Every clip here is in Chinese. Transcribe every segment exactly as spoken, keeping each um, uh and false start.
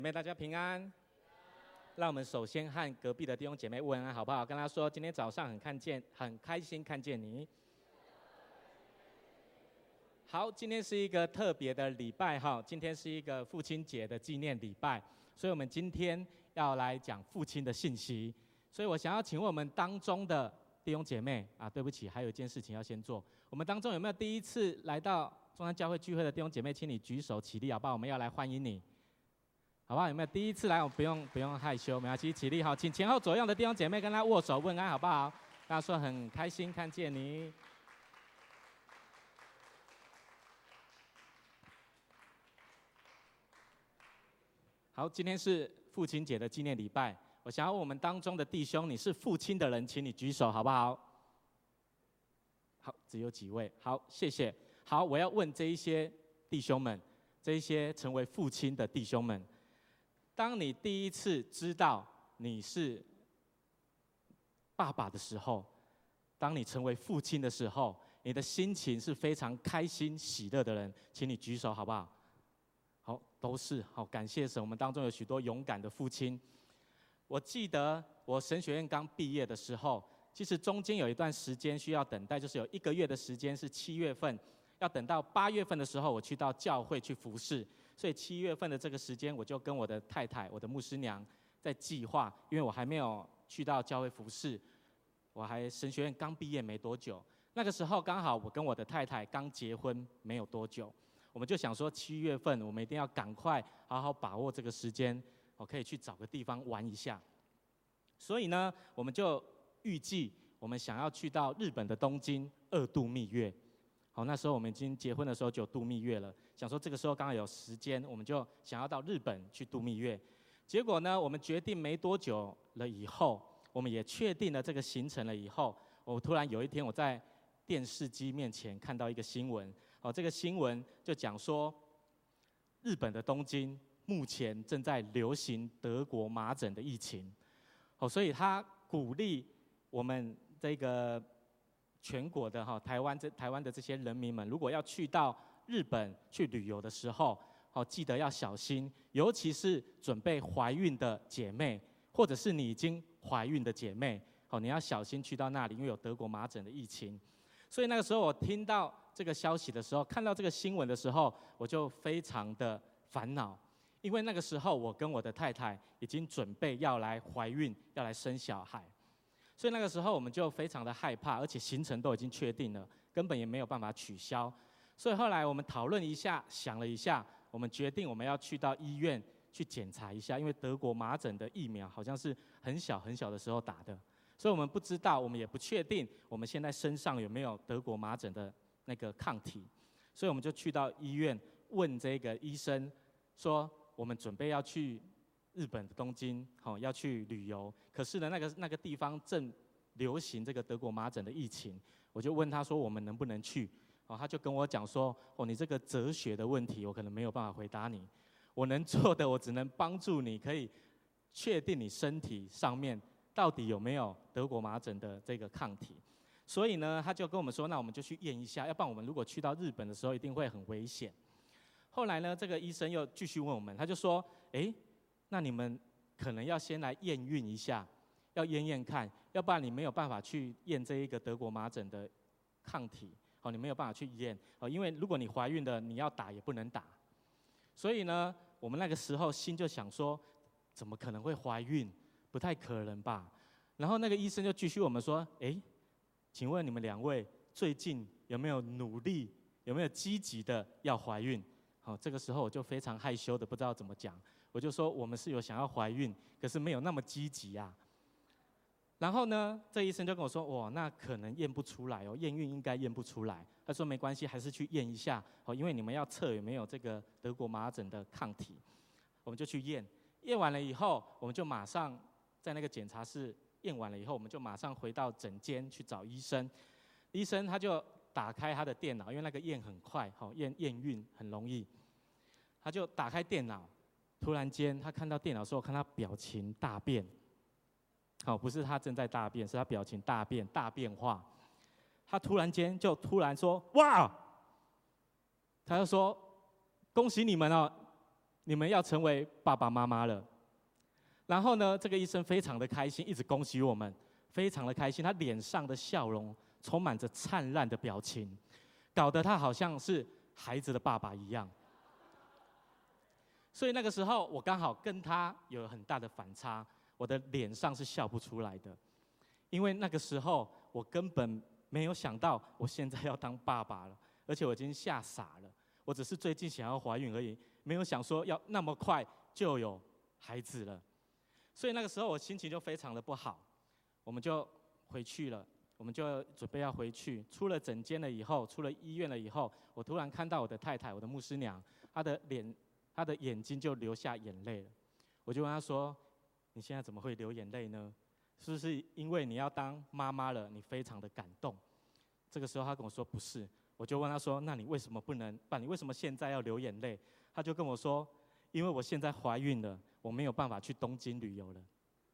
姐妹大家平安。让我们首先和隔壁的弟兄姐妹问安，好不好？跟他说，今天早上很看见，很开心看见你。好，今天是一个特别的礼拜哈，今天是一个父亲节的纪念礼拜，所以我们今天要来讲父亲的信息。所以我想要请问我们当中的弟兄姐妹啊，对不起，还有一件事情要先做。我们当中有没有第一次来到中山教会聚会的弟兄姐妹，请你举手起立，好不好？我们要来欢迎你。好不好？有没有第一次来？我不用不用害羞，没关系，起立好，请前后左右的弟兄姐妹跟他握手问安，好不好？大家说很开心看见你。好，今天是父亲节的纪念礼拜，我想要问我们当中的弟兄，你是父亲的人，请你举手，好不好？好，只有几位，好，谢谢。好，我要问这一些弟兄们，这一些成为父亲的弟兄们。当你第一次知道你是爸爸的时候，当你成为父亲的时候，你的心情是非常开心喜乐的人，请你举手好不好？好，都是好，感谢神，我们当中有许多勇敢的父亲。我记得我神学院刚毕业的时候，其实中间有一段时间需要等待，就是有一个月的时间是七月份，要等到八月份的时候，我去到教会去服侍。所以七月份的这个时间，我就跟我的太太、我的牧师娘在计划，因为我还没有去到教会服侍，我还神学院刚毕业没多久。那个时候刚好我跟我的太太刚结婚没有多久，我们就想说七月份我们一定要赶快好好把握这个时间，我可以去找个地方玩一下。所以呢，我们就预计我们想要去到日本的东京二度蜜月。好，那时候我们已经结婚的时候就有度蜜月了，想说这个时候刚好有时间，我们就想要到日本去度蜜月。结果呢，我们决定没多久了以后，我们也确定了这个行程了以后，我突然有一天我在电视机面前看到一个新闻，哦，这个新闻就讲说，日本的东京目前正在流行德国麻疹的疫情，哦，所以他鼓励我们这个全国的哈台湾这台湾的这些人民们，如果要去到日本去旅游的时候，哦，记得要小心，尤其是准备怀孕的姐妹，或者是你已经怀孕的姐妹，哦，你要小心去到那里，因为有德国麻疹的疫情。所以那个时候我听到这个消息的时候，看到这个新闻的时候，我就非常的烦恼，因为那个时候我跟我的太太已经准备要来怀孕，要来生小孩。所以那个时候我们就非常的害怕，而且行程都已经确定了，根本也没有办法取消。所以后来我们讨论一下，想了一下，我们决定我们要去到医院去检查一下，因为德国麻疹的疫苗好像是很小很小的时候打的，所以我们不知道，我们也不确定我们现在身上有没有德国麻疹的那个抗体。所以我们就去到医院问这个医生说，我们准备要去日本的东京，好，要去旅游，可是呢，那个那个地方正流行这个德国麻疹的疫情，我就问他说，我们能不能去？哦，他就跟我讲说，哦，你这个哲学的问题，我可能没有办法回答你，我能做的，我只能帮助你，可以确定你身体上面到底有没有德国麻疹的这个抗体。所以呢，他就跟我们说，那我们就去验一下，要不然我们如果去到日本的时候，一定会很危险。后来呢，这个医生又继续问我们，他就说，哎，那你们可能要先来验孕一下，要验验看，要不然你没有办法去验这一个德国麻疹的抗体，哦，你没有办法去验，哦，因为如果你怀孕了，你要打也不能打。所以呢，我们那个时候心就想说，怎么可能会怀孕？不太可能吧？然后那个医生就继续我们说，哎，请问你们两位最近有没有努力，有没有积极的要怀孕？好，这个时候我就非常害羞的不知道怎么讲。我就说我们是有想要怀孕，可是没有那么积极啊。然后呢，这医生就跟我说，哇，那可能验不出来哦，验孕应该验不出来。他说没关系，还是去验一下哦，因为你们要测有没有这个德国麻疹的抗体。我们就去验，验完了以后，我们就马上在那个检查室验完了以后，我们就马上回到诊间去找医生。医生他就打开他的电脑，因为那个验很快，好，验验孕很容易，他就打开电脑。突然间，他看到电脑的时候，看他表情大变。好，不是他正在大便，是他表情大变，大变化。他突然间就突然说：“哇！”他就说：“恭喜你们哦， 你们要成为爸爸妈妈了。然后呢，这个医生非常的开心，一直恭喜我们，非常的开心，他脸上的笑容充满着灿烂的表情，搞得他好像是孩子的爸爸一样。所以那个时候，我刚好跟他有很大的反差，我的脸上是笑不出来的，因为那个时候我根本没有想到我现在要当爸爸了，而且我已经吓傻了。我只是最近想要怀孕而已，没有想说要那么快就有孩子了。所以那个时候我心情就非常的不好，我们就回去了，我们就准备要回去。出了诊间了以后，出了医院了以后，我突然看到我的太太，我的牧师娘，她的脸，她的眼睛就流下眼泪了。我就问她说：“你现在怎么会流眼泪呢？是不是因为你要当妈妈了，你非常的感动？”这个时候她跟我说：“不是。”我就问她说：“那你为什么不能办？你为什么现在要流眼泪？”她就跟我说：“因为我现在怀孕了。”我没有办法去东京旅游了。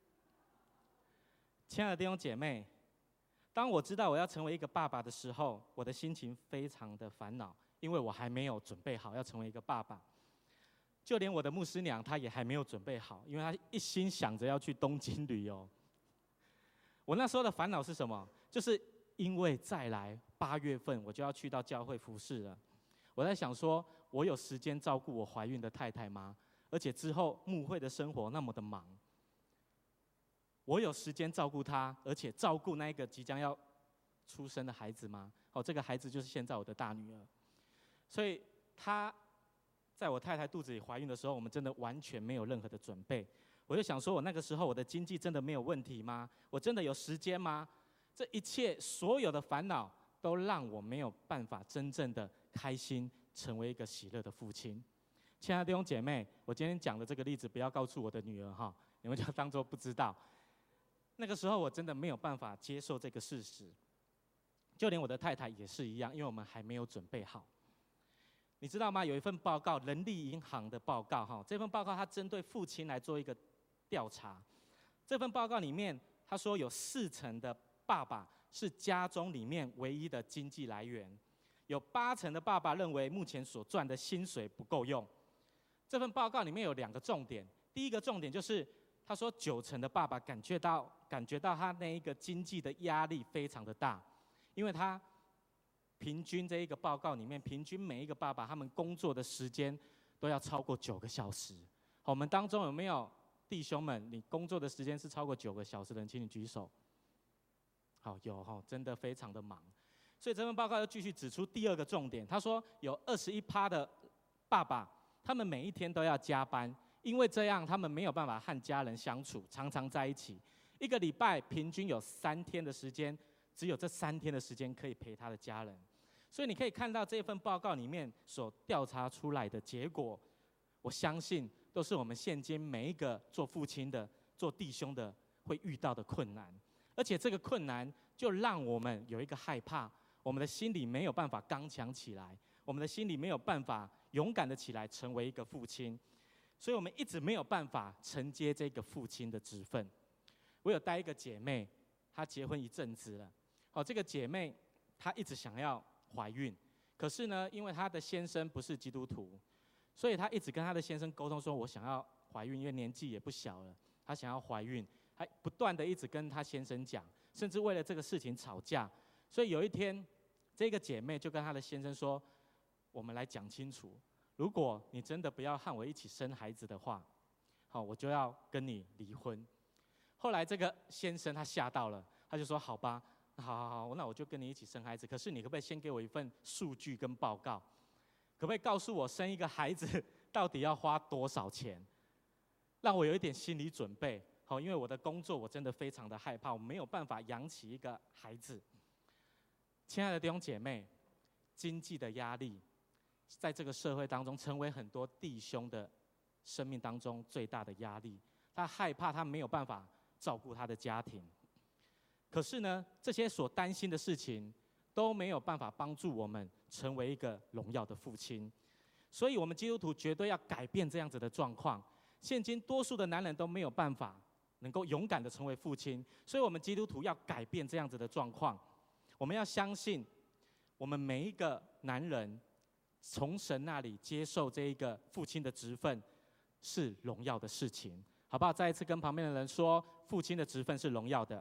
亲爱的弟兄姐妹，当我知道我要成为一个爸爸的时候，我的心情非常的烦恼，因为我还没有准备好要成为一个爸爸。就连我的牧师娘她也还没有准备好，因为她一心想着要去东京旅游。我那时候的烦恼是什么？就是因为再来八月份我就要去到教会服侍了。我在想说，我有时间照顾我怀孕的太太吗？而且之后牧会的生活那么的忙，我有时间照顾她，而且照顾那个即将要出生的孩子吗？哦，这个孩子就是现在我的大女儿。所以她在我太太肚子里怀孕的时候，我们真的完全没有任何的准备。我就想说，我那个时候我的经济真的没有问题吗？我真的有时间吗？这一切所有的烦恼都让我没有办法真正的开心，成为一个喜乐的父亲。亲爱的弟兄姐妹，我今天讲的这个例子不要告诉我的女儿哈，你们就当作不知道。那个时候我真的没有办法接受这个事实，就连我的太太也是一样，因为我们还没有准备好。你知道吗？有一份报告，人力银行的报告哈，这份报告它针对父亲来做一个调查。这份报告里面，他说有四成的爸爸是家中里面唯一的经济来源，有八成的爸爸认为目前所赚的薪水不够用。这份报告里面有两个重点，第一个重点就是他说九成的爸爸感觉到感觉到他那一个经济的压力非常的大，因为他平均这一个报告里面，平均每一个爸爸他们工作的时间都要超过九个小时。好，我们当中有没有弟兄们，你工作的时间是超过九个小时的人，请你举手。好，有哈，真的非常的忙。所以这份报告又继续指出第二个重点，他说有二十一趴的爸爸。他们每一天都要加班，因为这样他们没有办法和家人相处，常常在一起。一个礼拜平均有三天的时间，只有这三天的时间可以陪他的家人。所以你可以看到这份报告里面所调查出来的结果，我相信都是我们现今每一个做父亲的、做弟兄的会遇到的困难。而且这个困难就让我们有一个害怕，我们的心里没有办法刚强起来，我们的心里没有办法勇敢的起来成为一个父亲，所以我们一直没有办法承接这个父亲的职分。我有带一个姐妹，她结婚一阵子了，哦，这个姐妹她一直想要怀孕，可是呢，因为她的先生不是基督徒，所以她一直跟她的先生沟通说，我想要怀孕，因为年纪也不小了，她想要怀孕，她不断的一直跟她先生讲，甚至为了这个事情吵架。所以有一天，这个姐妹就跟她的先生说，我们来讲清楚，如果你真的不要和我一起生孩子的话，好，我就要跟你离婚。后来这个先生他吓到了，他就说好吧，好好好，那我就跟你一起生孩子，可是你可不可以先给我一份数据跟报告，可不可以告诉我生一个孩子到底要花多少钱，让我有一点心理准备。好，因为我的工作我真的非常的害怕，我没有办法养起一个孩子。亲爱的弟兄姐妹，经济的压力在这个社会当中成为很多弟兄的生命当中最大的压力，他害怕他没有办法照顾他的家庭。可是呢，这些所担心的事情都没有办法帮助我们成为一个荣耀的父亲。所以我们基督徒绝对要改变这样子的状况。现今多数的男人都没有办法能够勇敢的成为父亲，所以我们基督徒要改变这样子的状况。我们要相信，我们每一个男人从神那里接受这一个父亲的职分， 是荣耀的事情，好不好？再一次跟旁边的人说，父亲的职分是荣耀的。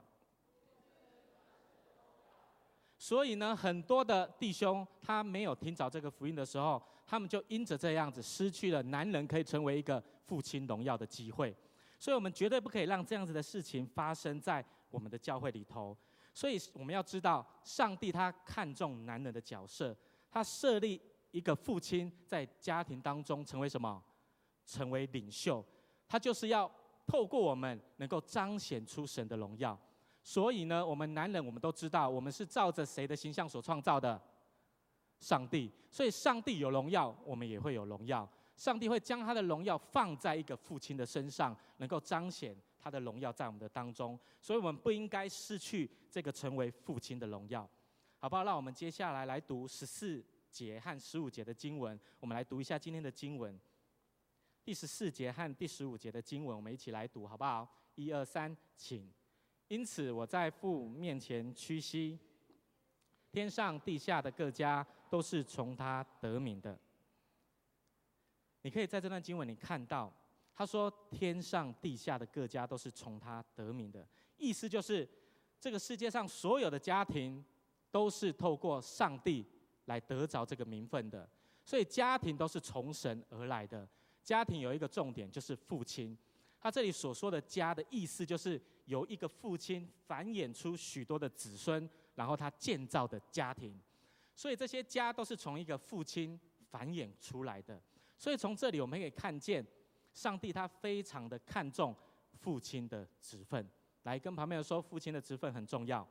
所以呢，很多的弟兄他没有听着这个福音的时候，他们就因着这样子失去了男人可以成为一个父亲荣耀的机会。所以我们绝对不可以让这样子的事情发生在我们的教会里头。所以我们要知道，上帝他看重男人的角色，他设立一个父亲在家庭当中成为什么？成为领袖，他就是要透过我们能够彰显出神的荣耀。所以呢，我们男人我们都知道，我们是照着谁的形象所创造的？上帝。所以上帝有荣耀，我们也会有荣耀。上帝会将他的荣耀放在一个父亲的身上，能够彰显他的荣耀在我们的当中。所以我们不应该失去这个成为父亲的荣耀，好不好？让我们接下来来读十四节和十五节的经文。我们来读一下今天的经文，第十四节和第十五节的经文，我们一起来读，好不好？一二三，请。因此我在父面前屈膝，天上地下的各家都是从他得名的。你可以在这段经文里看到，他说天上地下的各家都是从他得名的，意思就是这个世界上所有的家庭都是透过上帝来得着这个名分的，所以家庭都是从神而来的。家庭有一个重点，就是父亲。他这里所说的家的意思，就是由一个父亲繁衍出许多的子孙，然后他建造的家庭。所以这些家都是从一个父亲繁衍出来的。所以从这里我们可以看见，上帝他非常的看重父亲的职分。来跟旁边人说，父亲的职分很重要，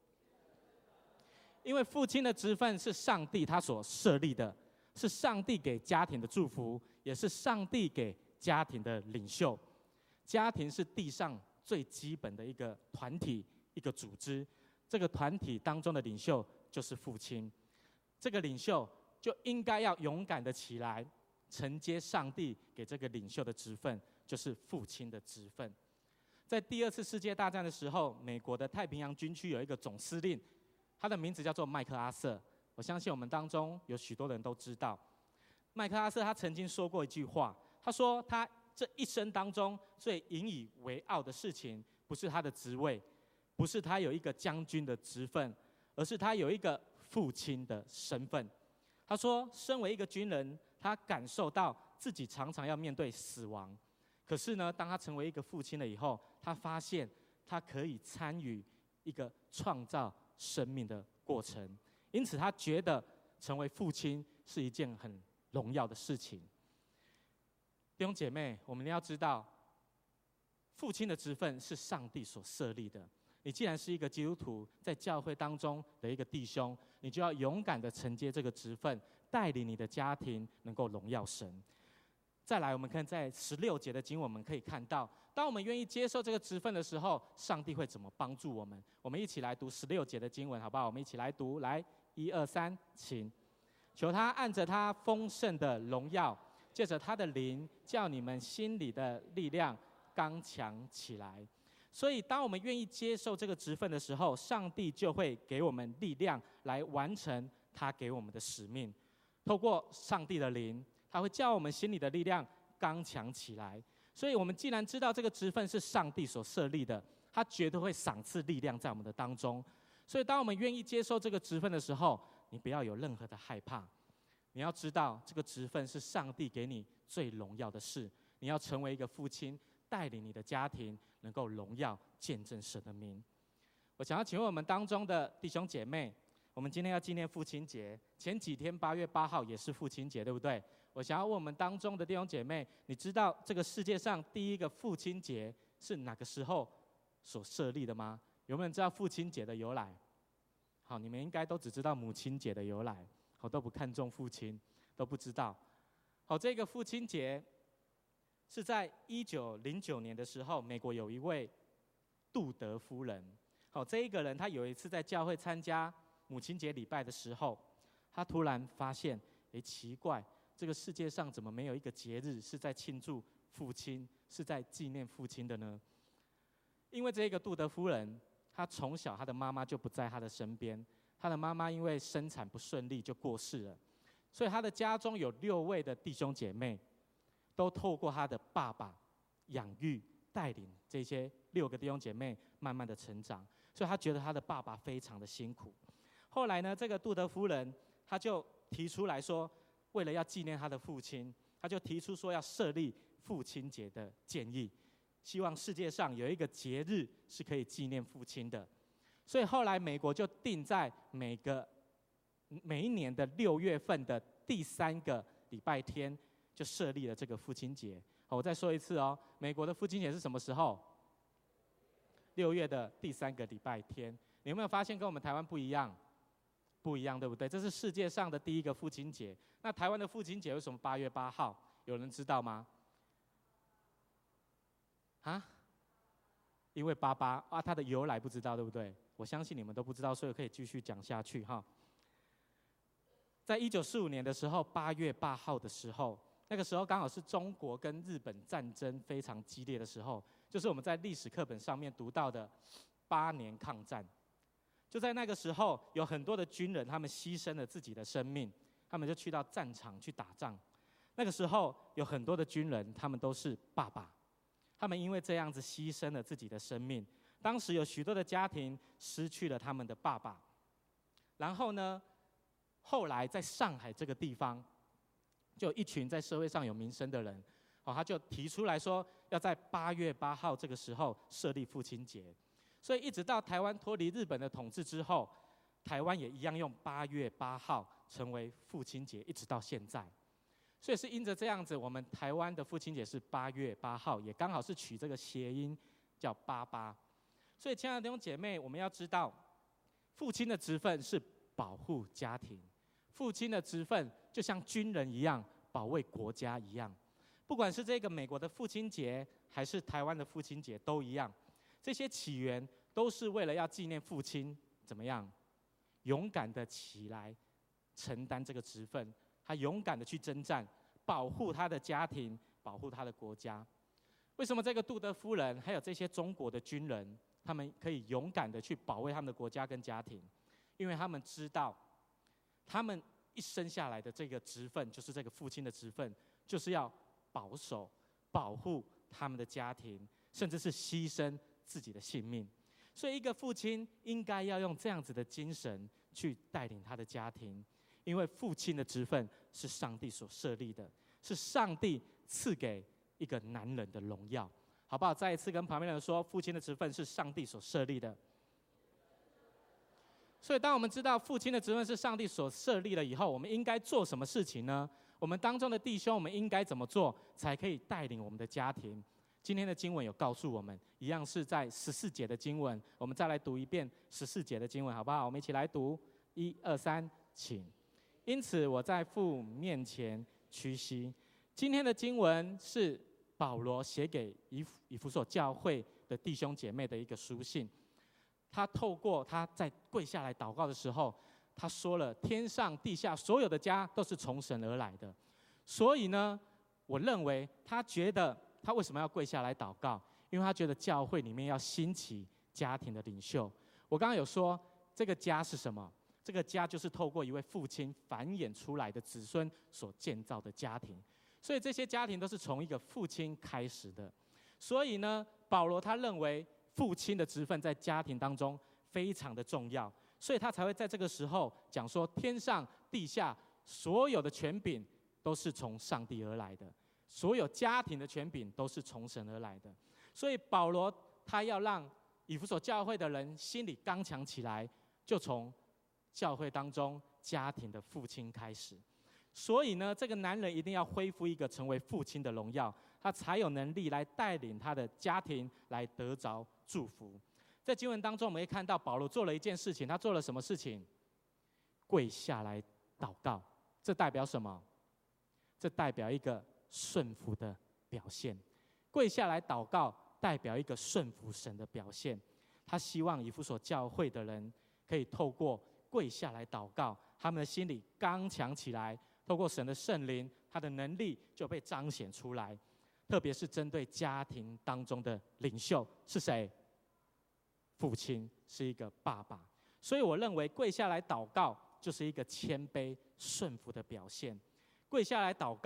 因为父亲的职分是上帝他所设立的，是上帝给家庭的祝福，也是上帝给家庭的领袖。家庭是地上最基本的一个团体，一个组织。这个团体当中的领袖就是父亲，这个领袖就应该要勇敢的起来，承接上帝给这个领袖的职分，就是父亲的职分。在第二次世界大战的时候，美国的太平洋军区有一个总司令，他的名字叫做麦克阿瑟。我相信我们当中有许多人都知道，麦克阿瑟他曾经说过一句话，他说他这一生当中最引以为傲的事情，不是他的职位，不是他有一个将军的职分，而是他有一个父亲的身份。他说，身为一个军人，他感受到自己常常要面对死亡，可是呢，当他成为一个父亲了以后，他发现他可以参与一个创造生命的过程，因此他觉得成为父亲是一件很荣耀的事情。弟兄姐妹，我们要知道，父亲的职分是上帝所设立的。你既然是一个基督徒，在教会当中的一个弟兄，你就要勇敢的承接这个职分，带领你的家庭能够荣耀神。再来，我们看在十六节的经文，我们可以看到，当我们愿意接受这个职分的时候，上帝会怎么帮助我们？我们一起来读十六节的经文，好不好？我们一起来读，来，一二三，请。求他按着他丰盛的荣耀，借着他的灵，叫你们心里的力量刚强起来。所以，当我们愿意接受这个职分的时候，上帝就会给我们力量来完成他给我们的使命。透过上帝的灵，他会叫我们心里的力量刚强起来。所以，我们既然知道这个职分是上帝所设立的，他绝对会赏赐力量在我们的当中。所以，当我们愿意接受这个职分的时候，你不要有任何的害怕。你要知道，这个职分是上帝给你最荣耀的事。你要成为一个父亲，带领你的家庭能够荣耀见证神的名。我想要请问我们当中的弟兄姐妹，我们今天要纪念父亲节，前几天八月八号也是父亲节，对不对？我想要问我们当中的弟兄姐妹，你知道这个世界上第一个父亲节是哪个时候所设立的吗？有没有人知道父亲节的由来？好，你们应该都只知道母亲节的由来，好，都不看重父亲，都不知道。好，这个父亲节是在一九零九年的时候，美国有一位杜德夫人。好，这一个人他有一次在教会参加母亲节礼拜的时候，他突然发现，哎，奇怪，这个世界上怎么没有一个节日是在庆祝父亲，是在纪念父亲的呢？因为这个杜德夫人，她从小她的妈妈就不在她的身边，她的妈妈因为生产不顺利就过世了，所以她的家中有六位的弟兄姐妹。 都透过他的爸爸养育、带领这些六个弟兄姐妹慢慢的成长，所以他觉得他的爸爸非常的辛苦。后来呢，这个杜德夫人他就提出来说，为了要纪念他的父亲，他就提出说要设立父亲节的建议，希望世界上有一个节日是可以纪念父亲的。所以后来美国就定在每个每一年的六月份的第三个礼拜天，就设立了这个父亲节。我再说一次哦，美国的父亲节是什么时候？六月的第三个礼拜天。你有没有发现跟我们台湾不一样？不一样，对不对？这是世界上的第一个父亲节。那台湾的父亲节为什么八月八号？有人知道吗？啊？因为八八啊，它的由来不知道，对不对？我相信你们都不知道，所以可以继续讲下去哈。在一九四五年的时候，八月八号的时候，那个时候刚好是中国跟日本战争非常激烈的时候，就是我们在历史课本上面读到的八年抗战。就在那个时候，有很多的军人，他们牺牲了自己的生命，他们就去到战场去打仗。那个时候，有很多的军人，他们都是爸爸，他们因为这样子牺牲了自己的生命。当时有许多的家庭失去了他们的爸爸。然后呢，后来在上海这个地方，就有一群在社会上有名声的人，哦，他就提出来说，要在八月八号这个时候设立父亲节。所以一直到台湾脱离日本的统治之后，台湾也一样用八月八号成为父亲节，一直到现在。所以是因着这样子，我们台湾的父亲节是八月八号，也刚好是取这个谐音，叫八八。所以亲爱的弟兄姐妹，我们要知道，父亲的职分是保护家庭，父亲的职分就像军人一样，保卫国家一样。不管是这个美国的父亲节，还是台湾的父亲节，都一样。这些起源都是为了要纪念父亲怎么样，勇敢的起来承担这个职分，他勇敢的去征战，保护他的家庭，保护他的国家。为什么这个杜德夫人还有这些中国的军人，他们可以勇敢的去保卫他们的国家跟家庭？因为他们知道，他们一生下来的这个职分，就是这个父亲的职分，就是要保守、保护他们的家庭，甚至是牺牲自己的性命。所以一个父亲应该要用这样子的精神去带领他的家庭，因为父亲的职分是上帝所设立的，是上帝赐给一个男人的荣耀，好不好？再一次跟旁边的人说，父亲的职分是上帝所设立的。所以当我们知道父亲的职分是上帝所设立了以后，我们应该做什么事情呢？我们当中的弟兄，我们应该怎么做才可以带领我们的家庭？今天的经文有告诉我们，一样是在十四节的经文，我们再来读一遍十四节的经文，好不好？我们一起来读，一二三，请。因此我在父面前屈膝。今天的经文是保罗写给以弗以弗所教会的弟兄姐妹的一个书信。他透过他在跪下来祷告的时候，他说了天上地下所有的家都是从神而来的。所以呢，我认为他觉得他为什么要跪下来祷告？因为他觉得教会里面要兴起家庭的领袖。我刚刚有说这个家是什么？这个家就是透过一位父亲繁衍出来的子孙所建造的家庭。所以这些家庭都是从一个父亲开始的。所以呢，保罗他认为父亲的职分在家庭当中非常的重要，所以他才会在这个时候讲说，天上地下所有的权柄都是从上帝而来的，所有家庭的权柄都是从神而来的。所以保罗他要让以弗所教会的人心里刚强起来，就从教会当中家庭的父亲开始。所以呢，这个男人一定要恢复一个成为父亲的荣耀，他才有能力来带领他的家庭来得着祝福。在经文当中，我们会看到保罗做了一件事情，他做了什么事情？跪下来祷告。这代表什么？这代表一个顺服的表现。跪下来祷告代表一个顺服神的表现。他希望以弗所教会的人可以透过跪下来祷告，他们的心里刚强起来，透过神的圣灵，他的能力就被彰显出来。特别是针对家庭当中的领袖是谁？父亲，是一个爸爸。所以我认为跪下来祷告就是一个谦卑顺服的表现。跪下来祷告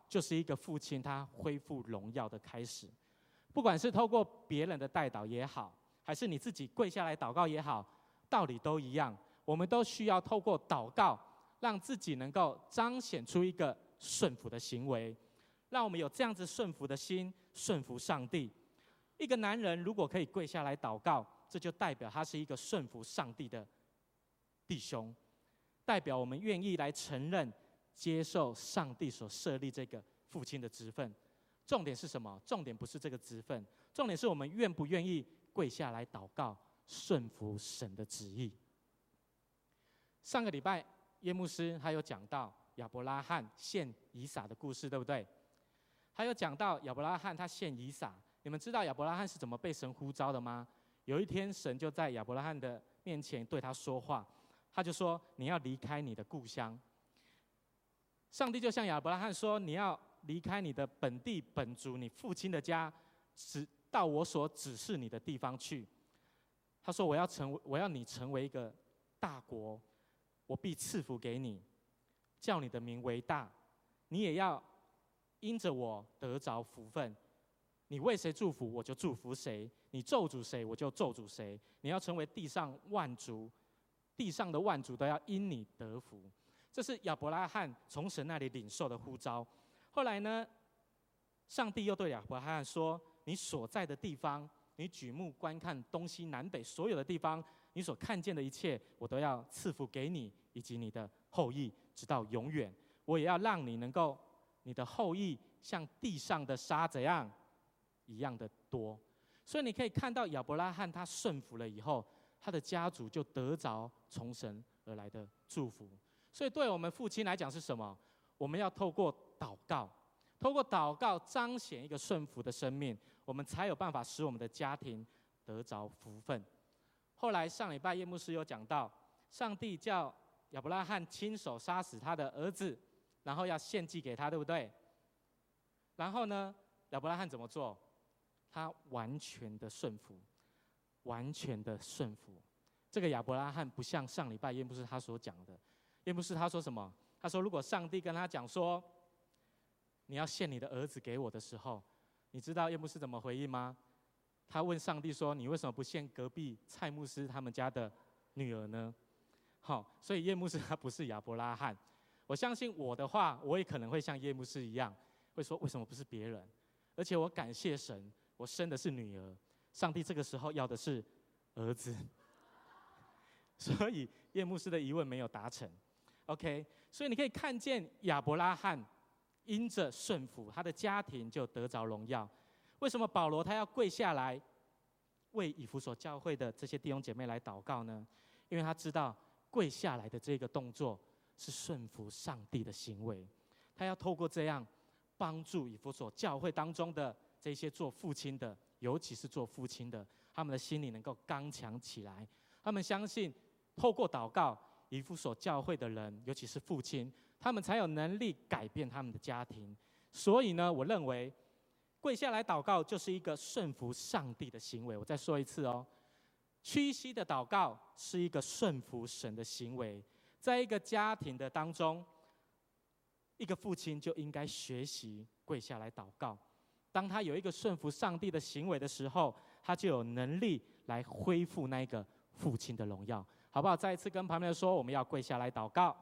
就是一个父亲他恢复荣耀的开始。不管是透过别人的代祷也好，还是你自己跪下来祷告也好，道理都一样。我们都需要透过祷告，让自己能够彰显出一个顺服的行为，让我们有这样子顺服的心，顺服上帝。一个男人如果可以跪下来祷告，这就代表他是一个顺服上帝的弟兄，代表我们愿意来承认、接受上帝所设立这个父亲的职分。重点是什么？重点不是这个职分，重点是我们愿不愿意跪下来祷告，顺服神的旨意。上个礼拜叶牧师他有讲到亚伯拉罕献以撒的故事，对不对？还有讲到亚伯拉罕他献以撒，你们知道亚伯拉罕是怎么被神呼召的吗？有一天神就在亚伯拉罕的面前对他说话，他就说你要离开你的故乡。上帝就向亚伯拉罕说，你要离开你的本地本族，你父亲的家，指到我所指示你的地方去。他说我要成为，我要你成为一个大国，我必赐福给你，叫你的名为大，你也要因着我得着福分。你为谁祝福，我就祝福谁；你咒诅谁，我就咒诅谁。你要成为地上万族，地上的万族都要因你得福。这是亚伯拉罕从神那里领受的呼召。后来呢，上帝又对亚伯拉罕说：你所在的地方，你举目观看东西南北所有的地方，你所看见的一切，我都要赐福给你以及你的后裔，直到永远。我也要让你能够，你的后裔像地上的沙怎样一样的多。所以你可以看到亚伯拉罕他顺服了以后，他的家族就得着从神而来的祝福。所以对我们父亲来讲是什么？我们要透过祷告，透过祷告彰显一个顺服的生命，我们才有办法使我们的家庭得着福分。后来上礼拜叶牧师有讲到，上帝叫亚伯拉罕亲手杀死他的儿子，然后要献祭给他，对不对？然后呢，亚伯拉罕怎么做？他完全的顺服，完全的顺服。这个亚伯拉罕不像上礼拜叶牧师他所讲的，叶牧师他说什么？他说如果上帝跟他讲说，你要献你的儿子给我的时候，你知道叶牧师怎么回应吗？他问上帝说，你为什么不献隔壁蔡牧师他们家的女儿呢？好，所以叶牧师他不是亚伯拉罕。我相信我的话，我也可能会像叶牧师一样，会说为什么不是别人？而且我感谢神，我生的是女儿，上帝这个时候要的是儿子。所以叶牧师的疑问没有达成。OK， 所以你可以看见亚伯拉罕因着顺服，他的家庭就得着荣耀。为什么保罗他要跪下来为以弗所教会的这些弟兄姐妹来祷告呢？因为他知道跪下来的这个动作是顺服上帝的行为，他要透过这样帮助以弗所教会当中的这些做父亲的，尤其是做父亲的，他们的心里能够刚强起来。他们相信透过祷告，以弗所教会的人，尤其是父亲，他们才有能力改变他们的家庭。所以呢，我认为跪下来祷告就是一个顺服上帝的行为。我再说一次哦，屈膝的祷告是一个顺服神的行为。在一个家庭的当中，一个父亲就应该学习跪下来祷告。当他有一个顺服上帝的行为的时候，他就有能力来恢复那个父亲的荣耀，好不好？再一次跟旁边的说，我们要跪下来祷告。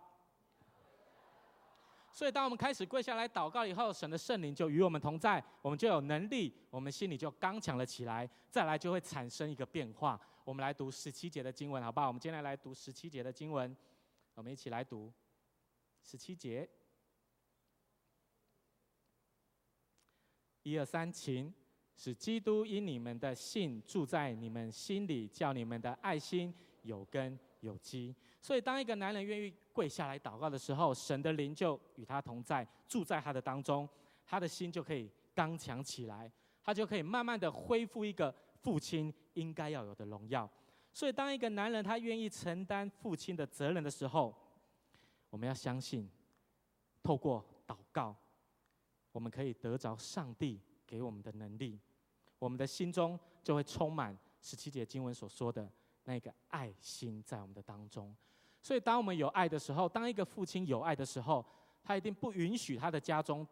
所以当我们开始跪下来祷告以后，神的圣灵就与我们同在，我们就有能力，我们心里就刚强了起来，再来就会产生一个变化。我们来读十七节的经文，好不好？我们今天来读十七节的经文，我们一起来读十七节。一二三，请使基督因你们的信住在你们心里，叫你们的爱心有根有基。所以当一个男人愿意跪下来祷告的时候，神的灵就与他同在，住在他的当中，他的心就可以刚强起来，他就可以慢慢的恢复一个父亲应该要有的荣耀。所以当一个男人他愿意承担父亲的责任的时候，我们要相信透过祷告，我们可以得着上帝给我们的能力，我们的心中就会充满十七节经文所说的那个爱心在我们的当中。所以当我们有爱的时候，当一个父亲有爱的时候，他一定不允许他的家中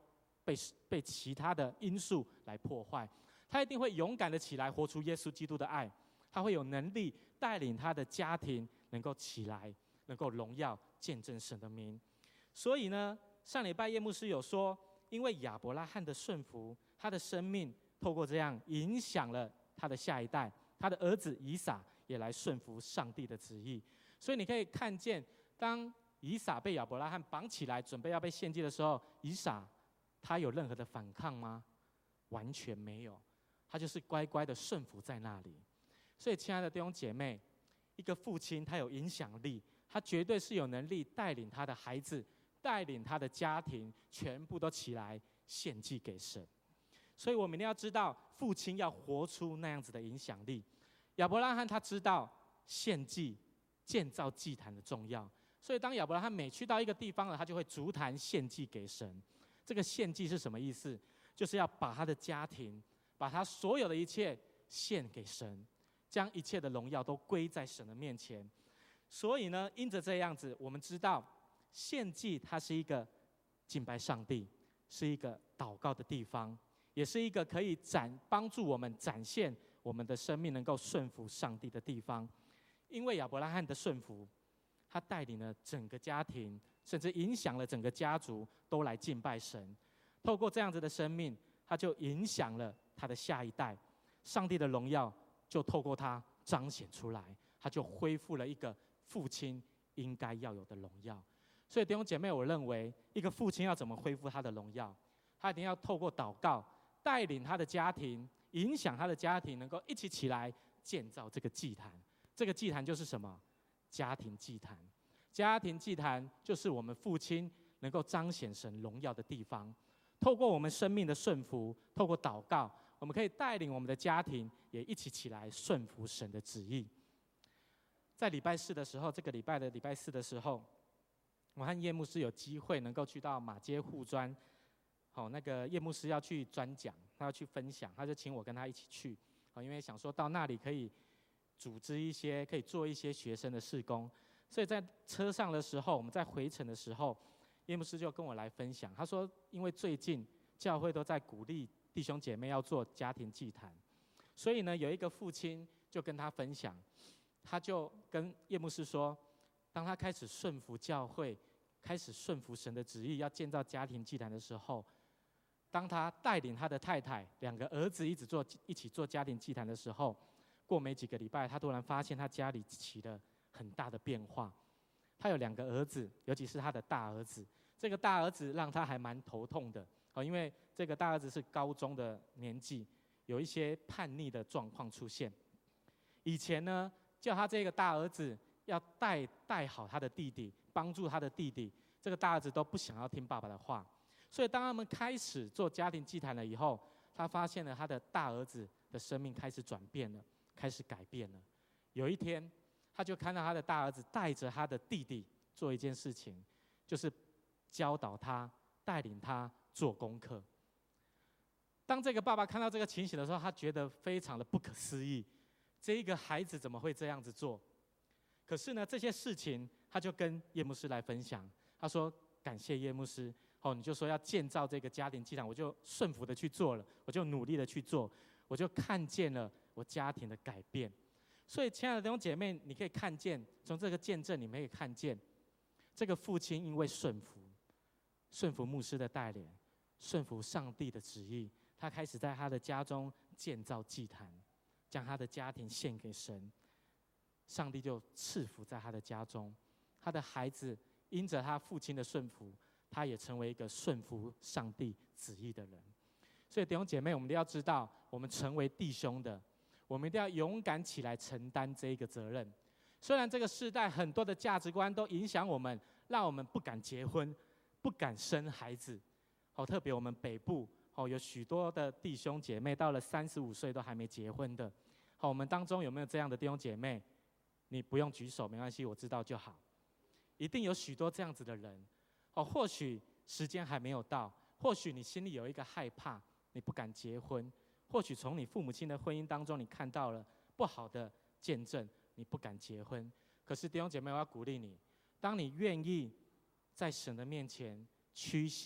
被被其他的因素来破坏。他一定会勇敢的起来，活出耶稣基督的爱。他会有能力带领他的家庭能够起来，能够荣耀见证神的名。所以呢，上礼拜叶牧师有说，因为亚伯拉罕的顺服，他的生命透过这样影响了他的下一代，他的儿子以撒也来顺服上帝的旨意。所以你可以看见，当以撒被亚伯拉罕绑起来，准备要被献祭的时候，以撒他有任何的反抗吗？完全没有，他就是乖乖的顺服在那里。所以，亲爱的弟兄姐妹，一个父亲他有影响力，他绝对是有能力带领他的孩子，带领他的家庭，全部都起来献祭给神。所以我们一定要知道，父亲要活出那样子的影响力。亚伯拉罕他知道献祭、建造祭坛的重要，所以当亚伯拉罕每去到一个地方了，他就会筑坛献祭给神。这个献祭是什么意思？就是要把他的家庭，把他所有的一切献给神，将一切的荣耀都归在神的面前。所以呢，因着这样子，我们知道献祭它是一个敬拜上帝，是一个祷告的地方，也是一个可以展帮助我们展现我们的生命能够顺服上帝的地方。因为亚伯拉罕的顺服，他带领了整个家庭，甚至影响了整个家族都来敬拜神。透过这样子的生命，他就影响了他的下一代，上帝的荣耀就透过他彰显出来，他就恢复了一个父亲应该要有的荣耀。所以弟兄姐妹，我认为一个父亲要怎么恢复他的荣耀，他一定要透过祷告带领他的家庭，影响他的家庭，能够一起起来建造这个祭坛。这个祭坛就是什么？家庭祭坛。家庭祭坛就是我们父亲能够彰显神荣耀的地方。透过我们生命的顺服，透过祷告，我们可以带领我们的家庭也一起起来顺服神的旨意。在礼拜四的时候，这个礼拜的礼拜四的时候，我和叶牧师有机会能够去到马街护专，好，那个叶牧师要去专讲，他要去分享，他就请我跟他一起去，好，因为想说到那里可以组织一些，可以做一些学生的事工。所以在车上的时候，我们在回程的时候，叶牧师就跟我来分享，他说因为最近教会都在鼓励弟兄姐妹要做家庭祭坛，所以呢有一个父亲就跟他分享，他就跟叶牧师说，当他开始顺服教会，开始顺服神的旨意，要建造家庭祭坛的时候，当他带领他的太太两个儿子一起做一起做家庭祭坛的时候，过没几个礼拜，他突然发现他家里起了很大的变化。他有两个儿子，尤其是他的大儿子，这个大儿子让他还蛮头痛的，因为这个大儿子是高中的年纪，有一些叛逆的状况出现。以前呢，叫他这个大儿子要带带好他的弟弟，帮助他的弟弟，这个大儿子都不想要听爸爸的话。所以当他们开始做家庭祭坛了以后，他发现了他的大儿子的生命开始转变了，开始改变了。有一天，他就看到他的大儿子带着他的弟弟做一件事情，就是教导他，带领他做功课。当这个爸爸看到这个情形的时候，他觉得非常的不可思议，这一个孩子怎么会这样子做？可是呢，这些事情他就跟叶牧师来分享，他说感谢叶牧师，哦，你就说要建造这个家庭祭坛，我就顺服的去做了，我就努力的去做，我就看见了我家庭的改变。所以亲爱的弟兄姐妹，你可以看见，从这个见证你们可以看见，这个父亲因为顺服顺服牧师的带领，顺服上帝的旨意，他开始在他的家中建造祭坛，将他的家庭献给神，上帝就赐福在他的家中。他的孩子因着他父亲的顺服，他也成为一个顺服上帝旨意的人。所以弟兄姐妹，我们一定要知道，我们成为弟兄的，我们一定要勇敢起来承担这一个责任。虽然这个世代很多的价值观都影响我们，让我们不敢结婚，不敢生孩子。好，特别我们北部哦，有许多的弟兄姐妹到了三十五岁都还没结婚的。好，我们当中有没有这样的弟兄姐妹？你不用举手，没关系，我知道就好。一定有许多这样子的人。哦，或许时间还没有到，或许你心里有一个害怕，你不敢结婚。或许从你父母亲的婚姻当中，你看到了不好的见证，你不敢结婚。可是弟兄姐妹，我要鼓励你，当你愿意在神的面前屈膝，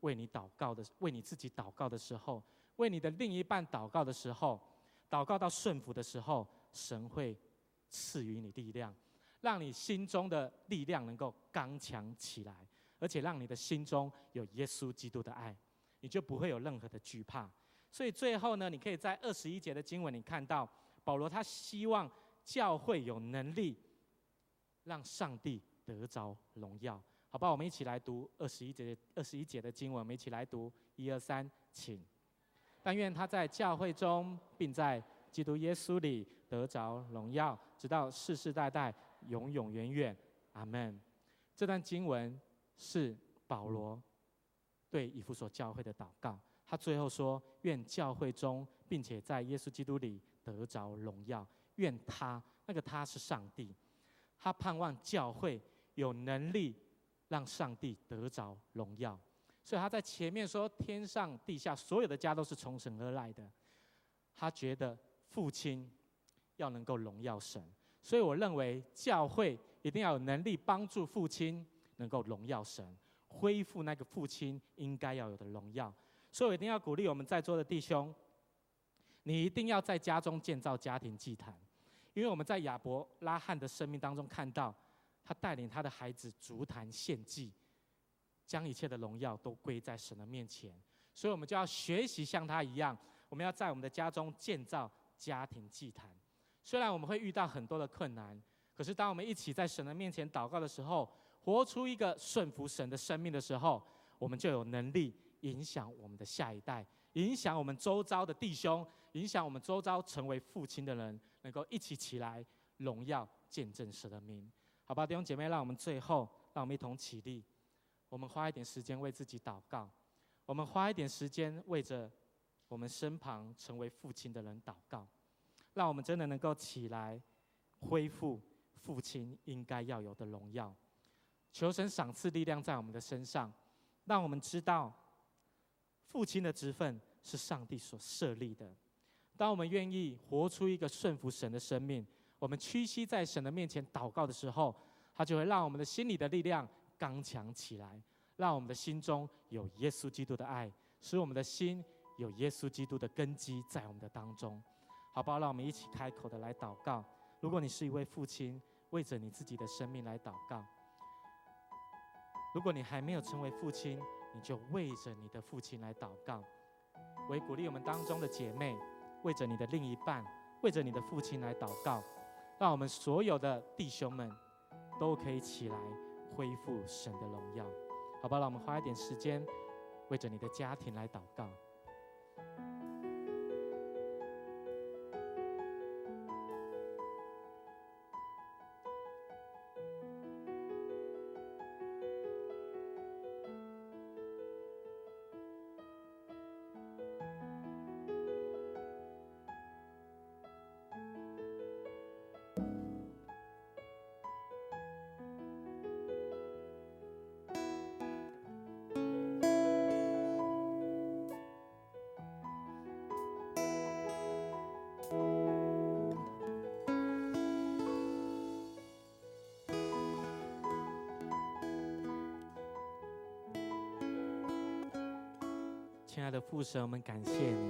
为你祷告的，为你自己祷告的时候，为你的另一半祷告的时候，祷告到顺服的时候，神会赐予你力量，让你心中的力量能够刚强起来，而且让你的心中有耶稣基督的爱，你就不会有任何的惧怕。所以最后呢，你可以在二十一节的经文，你看到保罗他希望教会有能力让上帝得着荣耀，好不好？我们一起来读二十一节二十一节的经文，我们一起来读，一二三，请。但愿他在教会中，并在基督耶稣里得着荣耀，直到世世代代，永永远远，阿们。这段经文是保罗对以弗所教会的祷告。他最后说：愿教会中，并且在耶稣基督里得着荣耀。愿他，那个他是上帝，他盼望教会有能力让上帝得着荣耀。所以他在前面说，天上地下所有的家都是从神而来的。他觉得父亲要能够荣耀神，所以我认为教会一定要有能力帮助父亲能够荣耀神，恢复那个父亲应该要有的荣耀。所以我一定要鼓励我们在座的弟兄，你一定要在家中建造家庭祭坛，因为我们在亚伯拉罕的生命当中看到，他带领他的孩子筑坛献祭，将一切的荣耀都归在神的面前。所以我们就要学习像他一样，我们要在我们的家中建造家庭祭坛。虽然我们会遇到很多的困难，可是当我们一起在神的面前祷告的时候，活出一个顺服神的生命的时候，我们就有能力影响我们的下一代，影响我们周遭的弟兄，影响我们周遭成为父亲的人，能够一起起来荣耀见证神的名。好吧，弟兄姐妹，让我们最后让我们一同起立，我们花一点时间为自己祷告，我们花一点时间为着我们身旁成为父亲的人祷告，让我们真的能够起来恢复父亲应该要有的荣耀。求神赏赐力量在我们的身上，让我们知道父亲的职分是上帝所设立的。当我们愿意活出一个顺服神的生命，我们屈膝在神的面前祷告的时候，他就会让我们的心里的力量刚强起来，让我们的心中有耶稣基督的爱，使我们的心有耶稣基督的根基在我们的当中。好不好？让我们一起开口的来祷告。如果你是一位父亲，为着你自己的生命来祷告；如果你还没有成为父亲，你就为着你的父亲来祷告。我也鼓励我们当中的姐妹，为着你的另一半，为着你的父亲来祷告，让我们所有的弟兄们都可以起来恢复神的荣耀。好吧，让我们花一点时间为着你的家庭来祷告。亲爱的父神，我们感谢你，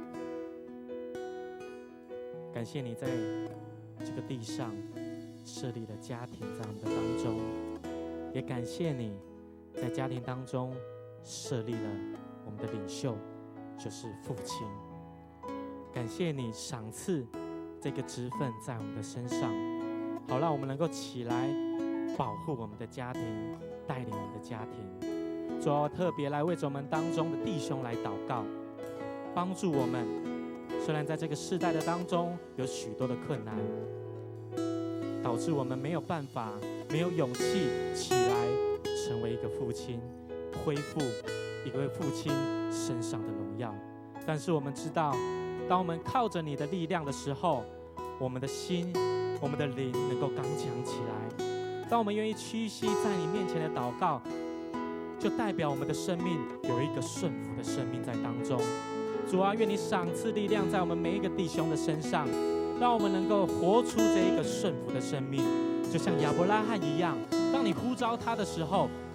感谢你在这个地上设立了家庭在我们的当中，也感谢你在家庭当中设立了我们的领袖，就是父亲。感谢你赏赐这个职分在我们的身上，好让我们能够起来保护我们的家庭，带领我们的家庭。主要特别来为着我们当中的弟兄来祷告，帮助我们。虽然在这个世代的当中有许多的困难，导致我们没有办法、没有勇气起来成为一个父亲，恢复一位父亲身上的荣耀。但是我们知道，当我们靠着你的力量的时候，我们的心、我们的灵能够刚强起来。当我们愿意屈膝在你面前的祷告，就代表我们的生命有一个顺服的生命在当中。主啊，愿你赏赐力量在我们每一个弟兄的身上，让我们能够活出这一个顺服的生命，就像亚伯拉罕一样。当你呼召他的时候，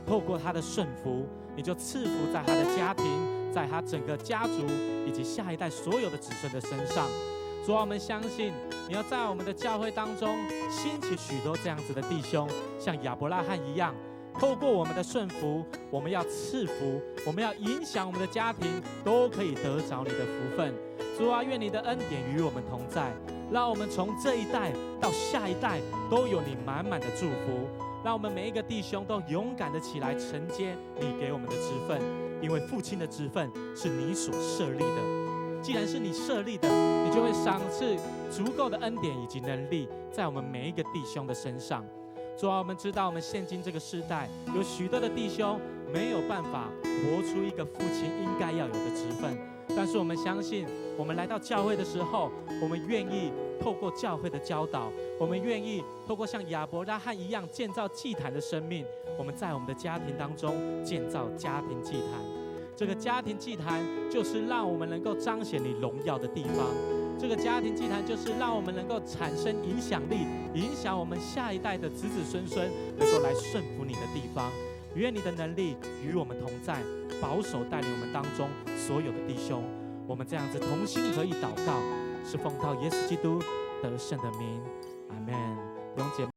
透过他的顺服，你就赐福在他的家庭，在他整个家族以及下一代所有的子孙的身上。主啊，我们相信你要在我们的教会当中兴起许多这样子的弟兄，像亚伯拉罕一样，透过我们的顺服，我们要赐福，我们要影响我们的家庭，都可以得着你的福分。主啊，愿你的恩典与我们同在，让我们从这一代到下一代都有你满满的祝福。让我们每一个弟兄都勇敢的起来承接你给我们的职分，因为父亲的职分是你所设立的。既然是你设立的，你就会赏赐足够的恩典以及能力在我们每一个弟兄的身上。主啊，我们知道我们现今这个时代有许多的弟兄没有办法活出一个父亲应该要有的职分，但是我们相信，我们来到教会的时候，我们愿意透过教会的教导，我们愿意透过像亚伯拉罕一样建造祭坛的生命，我们在我们的家庭当中建造家庭祭坛。这个家庭祭坛就是让我们能够彰显你荣耀的地方，这个家庭祭坛就是让我们能够产生影响力，影响我们下一代的子子孙孙能够来顺服你的地方。愿你的能力与我们同在，保守带领我们当中所有的弟兄。我们这样子同心合意祷告，是奉靠耶稣基督得胜的名，阿们。弟兄姐妹。